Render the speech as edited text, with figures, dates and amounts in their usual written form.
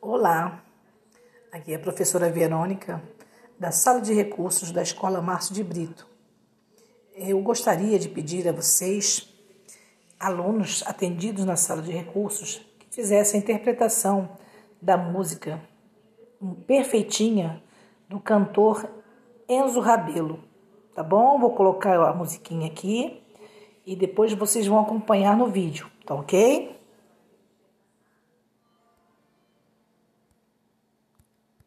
Olá, aqui é a professora Verônica, da Sala de Recursos da Escola Márcio de Brito. Eu gostaria de pedir a vocês, alunos atendidos na Sala de Recursos, que fizessem a interpretação da música Perfeitinha, do cantor Enzo Rabelo, tá bom? Vou colocar a musiquinha aqui e depois vocês vão acompanhar no vídeo, tá ok?